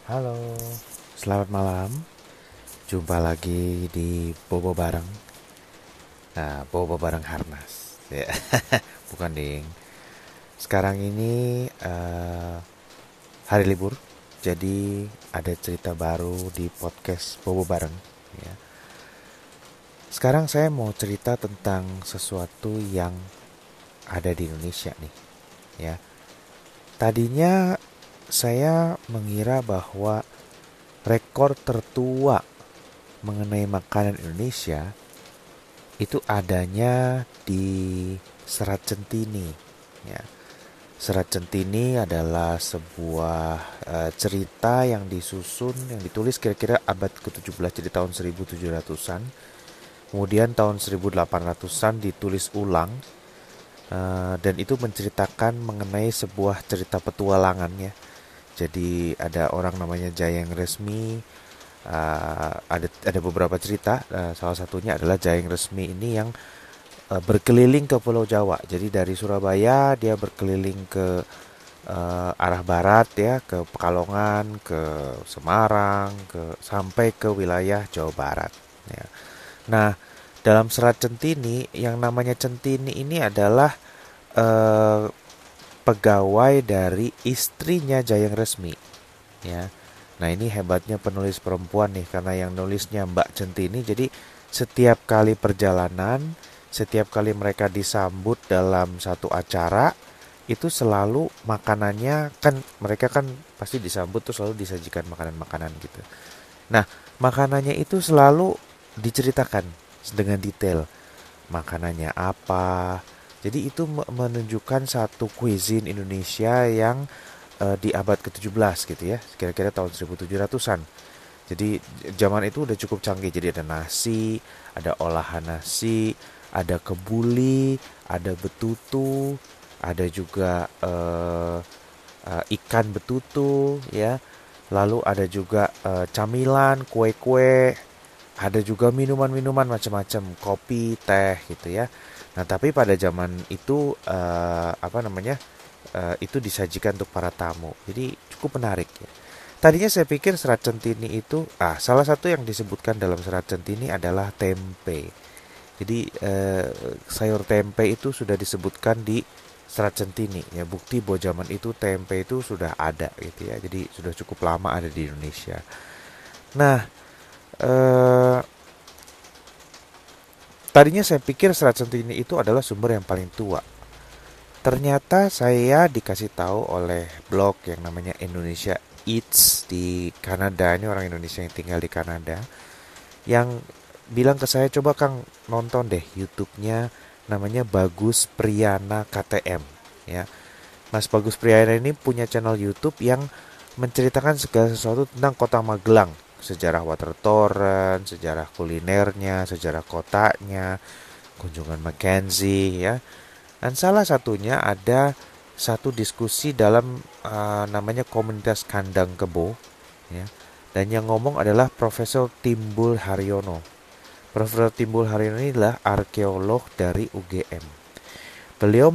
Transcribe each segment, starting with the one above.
Halo, selamat malam. Jumpa lagi di Bobo Bareng. Nah, Bobo Bareng Harnas. Ya, bukan ding. Sekarang ini hari libur, jadi ada cerita baru di podcast Bobo Bareng. Ya. Sekarang saya mau cerita tentang sesuatu yang ada di Indonesia nih. Ya, tadinya saya mengira bahwa rekor tertua mengenai makanan Indonesia itu adanya di Serat Centini. Ya, Serat Centini adalah sebuah cerita yang disusun, yang ditulis kira-kira abad ke-17, jadi tahun 1700-an. Kemudian tahun 1800-an ditulis ulang, dan itu menceritakan mengenai sebuah cerita petualangan ya. Jadi ada orang namanya Jayeng Resmi. Ada beberapa cerita, salah satunya adalah Jayeng Resmi ini yang berkeliling ke Pulau Jawa. Jadi dari Surabaya dia berkeliling ke arah barat ya, ke Pekalongan, ke Semarang, sampai ke wilayah Jawa Barat. Ya. Nah, dalam Serat Centini, yang namanya Centini ini adalah eh, pegawai dari istrinya Jayeng Resmi. Ya. Nah ini hebatnya penulis perempuan nih, karena yang nulisnya Mbak Centini. Jadi setiap kali perjalanan, setiap kali mereka disambut dalam satu acara, itu selalu makanannya kan, mereka kan pasti disambut tuh selalu disajikan makanan-makanan gitu. Nah makanannya itu selalu diceritakan dengan detail. Makanannya apa. Jadi itu menunjukkan satu cuisine Indonesia yang di abad ke-17 gitu ya, kira-kira tahun 1700-an. Jadi zaman itu udah cukup canggih. Jadi ada nasi, ada olahan nasi, ada kebuli, ada betutu, ada juga ikan betutu ya. Lalu ada juga camilan, kue-kue, ada juga minuman-minuman macam-macam, kopi, teh gitu ya. Nah, tapi pada zaman itu apa namanya? Itu disajikan untuk para tamu. Jadi cukup menarik ya. Tadinya saya pikir Serat Centini itu, salah satu yang disebutkan dalam Serat Centini adalah tempe. Jadi sayur tempe itu sudah disebutkan di Serat Centini ya, bukti bahwa zaman itu tempe itu sudah ada gitu ya. Jadi sudah cukup lama ada di Indonesia. Nah, eh, tadinya saya pikir Serat Centini itu adalah sumber yang paling tua. Ternyata saya dikasih tahu oleh blog yang namanya Indonesia Eats di Kanada. Ini orang Indonesia yang tinggal di Kanada, yang bilang ke saya, coba Kang nonton deh YouTube-nya, namanya Bagus Priyana KTM ya. Mas Bagus Priyana ini punya channel YouTube yang menceritakan segala sesuatu tentang kota Magelang, sejarah water torrent, sejarah kulinernya, sejarah kotanya, kunjungan Mackenzie ya. Dan salah satunya ada satu diskusi dalam namanya komunitas kandang kebo ya. Dan yang ngomong adalah Profesor Timbul Haryono. Profesor Timbul Haryono ini adalah arkeolog dari UGM. Beliau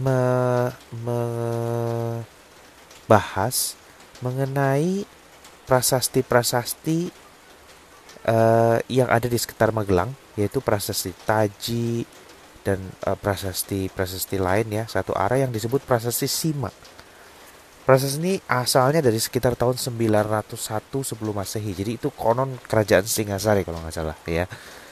membahas mengenai prasasti-prasasti yang ada di sekitar Magelang, yaitu prasasti Taji dan prasasti-prasasti lain ya, satu arah yang disebut prasasti Sima. Prasasti ini asalnya dari sekitar tahun 901 sebelum Masehi. Jadi itu konon kerajaan Singasari kalau nggak salah ya.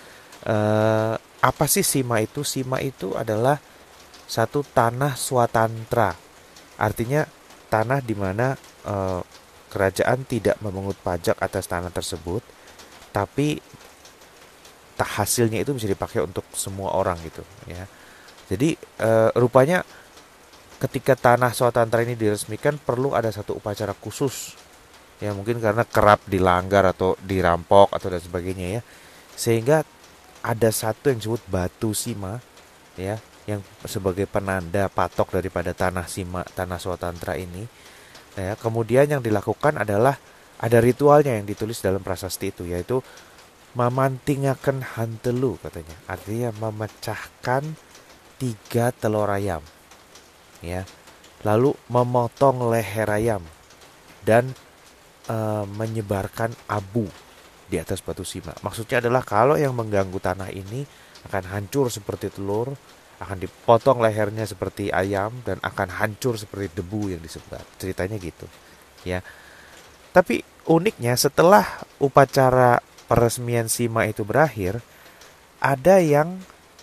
Apa sih Sima itu? Sima itu adalah satu tanah swatantra. Artinya tanah di mana kerajaan tidak memungut pajak atas tanah tersebut, tapi hasilnya itu bisa dipakai untuk semua orang gitu ya. Jadi rupanya ketika tanah swatantra ini diresmikan perlu ada satu upacara khusus ya, mungkin karena kerap dilanggar atau dirampok atau dan sebagainya ya, sehingga ada satu yang disebut batu sima ya, yang sebagai penanda patok daripada tanah sima, tanah swatantra ini ya. Kemudian yang dilakukan adalah ada ritualnya yang ditulis dalam prasasti itu, yaitu memantingaken hantelu katanya, artinya memecahkan tiga telur ayam ya, lalu memotong leher ayam dan menyebarkan abu di atas batu sima. Maksudnya adalah kalau yang mengganggu tanah ini akan hancur seperti telur, akan dipotong lehernya seperti ayam, dan akan hancur seperti debu yang disebar. Ceritanya gitu, ya. Tapi uniknya setelah upacara peresmian Sima itu berakhir, ada yang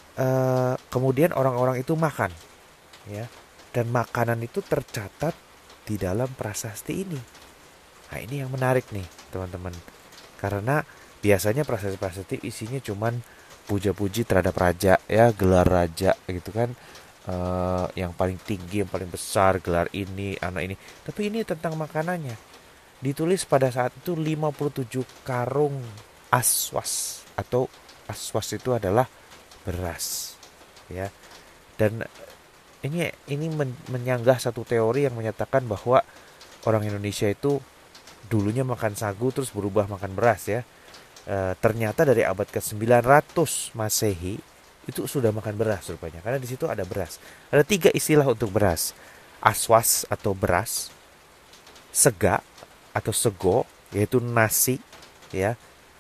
kemudian orang-orang itu makan, ya. Dan makanan itu tercatat di dalam prasasti ini. Nah, ini yang menarik nih, teman-teman. Karena biasanya prasasti-prasasti isinya cuman puja-puji terhadap raja, ya, gelar raja gitu kan. Yang paling tinggi, yang paling besar, gelar ini, anak ini. Tapi ini tentang makanannya. Ditulis pada saat itu 57 karung aswas, atau aswas itu adalah beras, ya. Dan ini menyanggah satu teori yang menyatakan bahwa orang Indonesia itu dulunya makan sagu terus berubah makan beras, ya. Ternyata dari abad ke-900 Masehi itu sudah makan beras rupanya, karena di situ ada beras. Ada 3 istilah untuk beras: aswas atau beras, sega atau sego yaitu nasi, ya.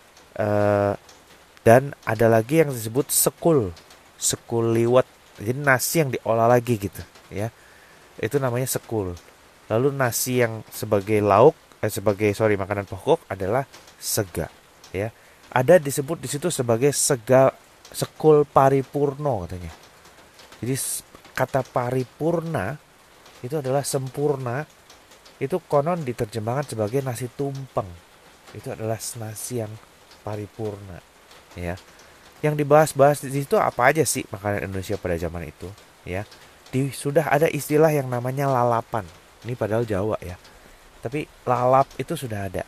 Eh, dan ada lagi yang disebut sekul, sekul liwet, jadi nasi yang diolah lagi gitu, ya. Itu namanya sekul. Lalu nasi yang sebagai lauk, sebagai makanan pokok adalah sega, ya. Ada disebut di situ sebagai sega, sekul paripurno katanya. Jadi kata paripurna itu adalah sempurna, itu konon diterjemahkan sebagai nasi tumpeng. Itu adalah nasi yang paripurna, ya. Yang dibahas-bahas di situ apa aja sih makanan Indonesia pada zaman itu, ya. Sudah ada istilah yang namanya lalapan. Ini padahal Jawa, ya. Tapi lalap itu sudah ada.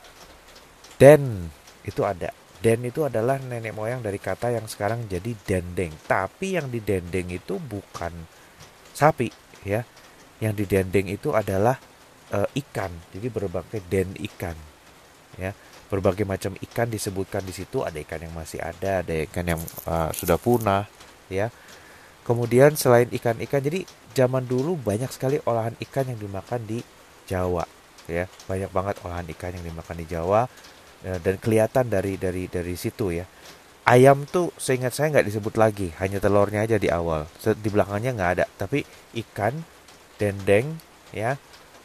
Den itu ada. Den itu adalah nenek moyang dari kata yang sekarang jadi dendeng. Tapi yang didendeng itu bukan sapi, ya. Yang didendeng itu adalah ikan. Jadi berbagai den ikan, ya. Berbagai macam ikan disebutkan di situ. Ada ikan yang masih ada ikan yang sudah punah, ya. Kemudian selain ikan-ikan, jadi zaman dulu banyak sekali olahan ikan yang dimakan di Jawa, ya. Banyak banget olahan ikan yang dimakan di Jawa, dan kelihatan dari situ, ya. Ayam tuh seingat saya nggak disebut lagi, hanya telurnya aja di awal. Di belakangnya nggak ada, tapi ikan, dendeng, ya.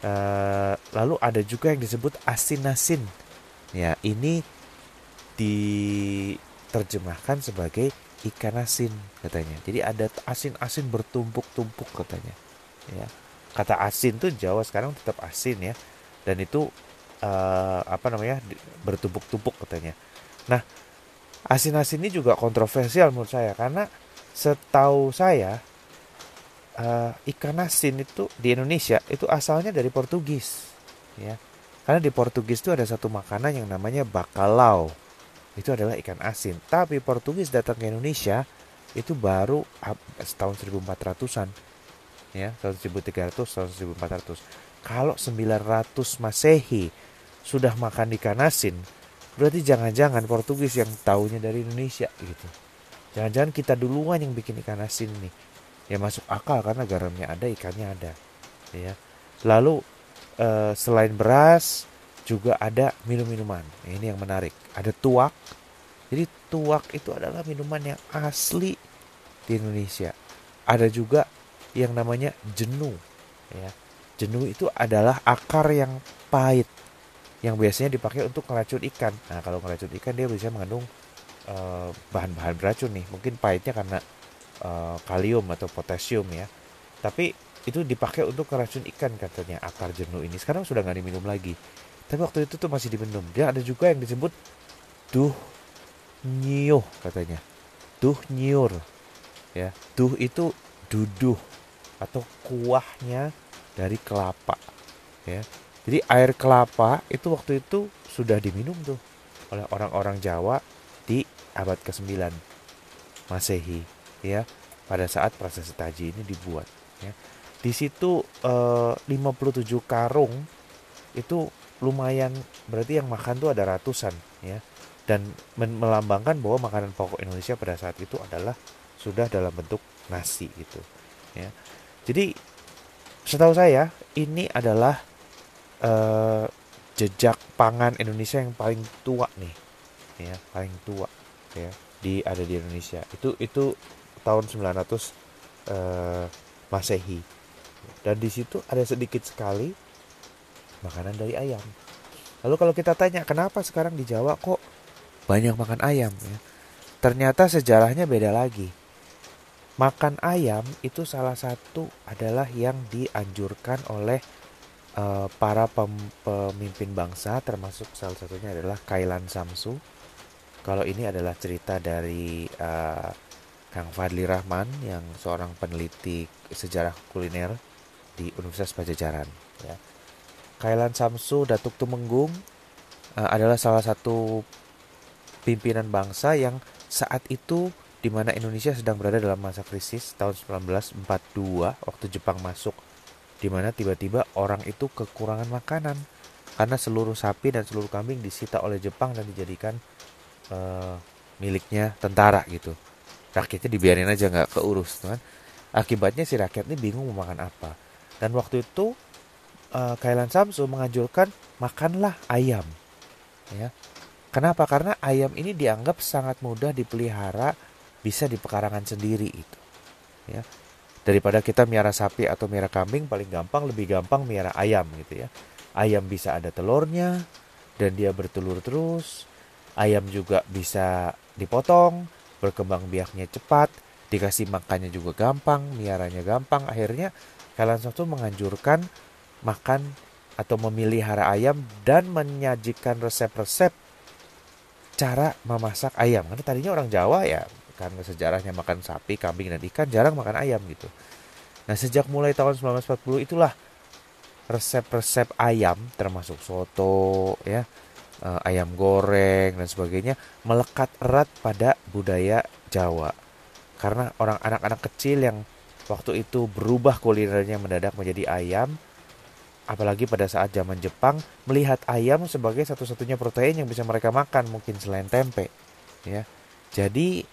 Lalu ada juga yang disebut asin-asin. Ya, ini diterjemahkan sebagai ikan asin katanya. Jadi ada asin-asin bertumpuk-tumpuk katanya. Ya. Kata asin tuh Jawa sekarang tetap asin, ya. Dan itu bertumpuk-tumpuk katanya. Nah, asin-asin ini juga kontroversial menurut saya, karena setahu saya ikan asin itu di Indonesia itu asalnya dari Portugis, ya. Karena di Portugis itu ada satu makanan yang namanya bakalau. Itu adalah ikan asin. Tapi Portugis datang ke Indonesia itu baru tahun 1400-an. Ya, tahun 1300, tahun 1400. Kalau 900 Masehi sudah makan ikan asin, berarti jangan-jangan Portugis yang taunya dari Indonesia gitu. Jangan-jangan kita duluan yang bikin ikan asin nih. Ya masuk akal karena garamnya ada, ikannya ada, ya. Lalu selain beras juga ada minum-minuman. Ini yang menarik. Ada tuak. Jadi tuak itu adalah minuman yang asli di Indonesia. Ada juga yang namanya jenuh, ya. Jenuh itu adalah akar yang pahit yang biasanya dipakai untuk ngeracun ikan. Nah, kalau ngeracun ikan dia bisa mengandung bahan-bahan beracun nih. Mungkin pahitnya karena kalium atau potasium, ya. Tapi itu dipakai untuk ngeracun ikan katanya akar jenuh ini. Sekarang sudah nggak diminum lagi. Tapi waktu itu tuh masih diminum. Dia ada juga yang disebut duh nyioh katanya. Duh nyiur, ya. Duh itu duduh atau kuahnya dari kelapa, ya. Jadi air kelapa itu waktu itu sudah diminum tuh oleh orang-orang Jawa di abad ke-9 Masehi, ya. Pada saat prasasti Taji ini dibuat, ya. Di situ 57 karung itu lumayan, berarti yang makan tuh ada ratusan, ya. Dan melambangkan bahwa makanan pokok Indonesia pada saat itu adalah sudah dalam bentuk nasi gitu, ya. Jadi setahu saya ini adalah jejak pangan Indonesia yang paling tua nih, ya, paling tua, ya, ada di Indonesia. Itu tahun 900 eh, Masehi. Dan di situ ada sedikit sekali makanan dari ayam. Lalu kalau kita tanya kenapa sekarang di Jawa kok banyak makan ayam, ya? Ternyata sejarahnya beda lagi. Makan ayam itu salah satu adalah yang dianjurkan oleh para pemimpin bangsa, termasuk salah satunya adalah Kailan Samsu. Kalau ini adalah cerita dari Kang Fadli Rahman yang seorang peneliti sejarah kuliner di Universitas Pajajaran. Ya. Kailan Samsu Datuk Tumenggung adalah salah satu pimpinan bangsa yang saat itu di mana Indonesia sedang berada dalam masa krisis tahun 1942 waktu Jepang masuk, di mana tiba-tiba orang itu kekurangan makanan karena seluruh sapi dan seluruh kambing disita oleh Jepang dan dijadikan miliknya tentara gitu. Rakyatnya dibiarin aja nggak keurus, kan? Akibatnya si rakyat ini bingung mau makan apa. Dan waktu itu Kailan Samsu menganjurkan makanlah ayam, ya. Kenapa? Karena ayam ini dianggap sangat mudah dipelihara, bisa di pekarangan sendiri itu, ya. Daripada kita miara sapi atau miara kambing, paling gampang, lebih gampang miara ayam gitu ya. Ayam bisa ada telurnya dan dia bertelur terus. Ayam juga bisa dipotong, berkembang biaknya cepat, dikasih makannya juga gampang, miaranya gampang. Akhirnya Kailan Samsu menganjurkan makan atau memelihara ayam dan menyajikan resep-resep cara memasak ayam. Karena tadinya orang Jawa ya, karena sejarahnya makan sapi, kambing, dan ikan, jarang makan ayam gitu. Nah, sejak mulai tahun 1940 itulah resep-resep ayam, termasuk soto, ya, ayam goreng, dan sebagainya, melekat erat pada budaya Jawa. Karena anak-anak kecil yang waktu itu berubah kulinernya mendadak menjadi ayam, apalagi pada saat zaman Jepang, melihat ayam sebagai satu-satunya protein yang bisa mereka makan, mungkin selain tempe, ya. Jadi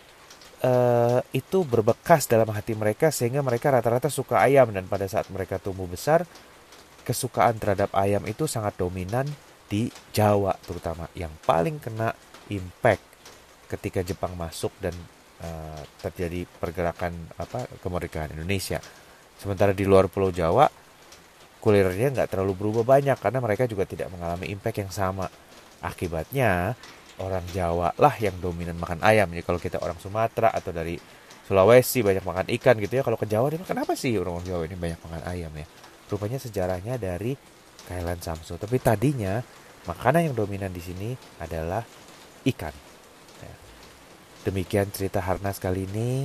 itu berbekas dalam hati mereka sehingga mereka rata-rata suka ayam, dan pada saat mereka tumbuh besar, kesukaan terhadap ayam itu sangat dominan di Jawa terutama. Yang paling kena impact ketika Jepang masuk dan terjadi pergerakan kemerdekaan Indonesia. Sementara di luar Pulau Jawa kulinernya nggak terlalu berubah banyak karena mereka juga tidak mengalami impact yang sama. Akibatnya orang Jawa lah yang dominan makan ayam. Jadi kalau kita orang Sumatera atau dari Sulawesi banyak makan ikan gitu ya, kalau ke Jawa dia kenapa sih orang Jawa ini banyak makan ayam ya? Rupanya sejarahnya dari Kailan Samsu. Tapi tadinya makanan yang dominan di sini adalah ikan. Ya. Demikian cerita Harnas kali ini.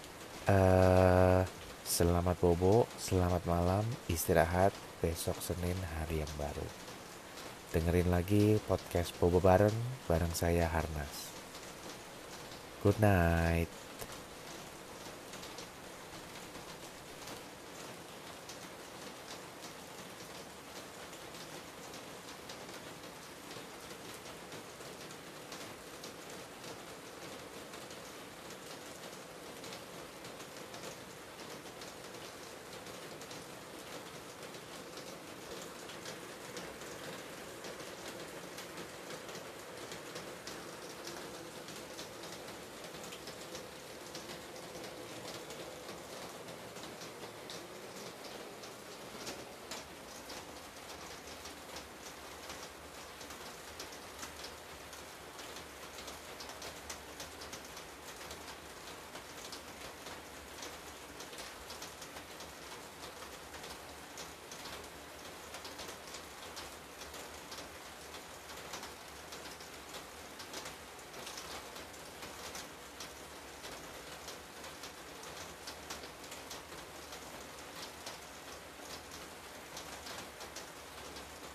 Selamat bobo, selamat malam, istirahat, besok Senin hari yang baru. Dengerin lagi podcast Bobo bareng saya Harnas. Good night.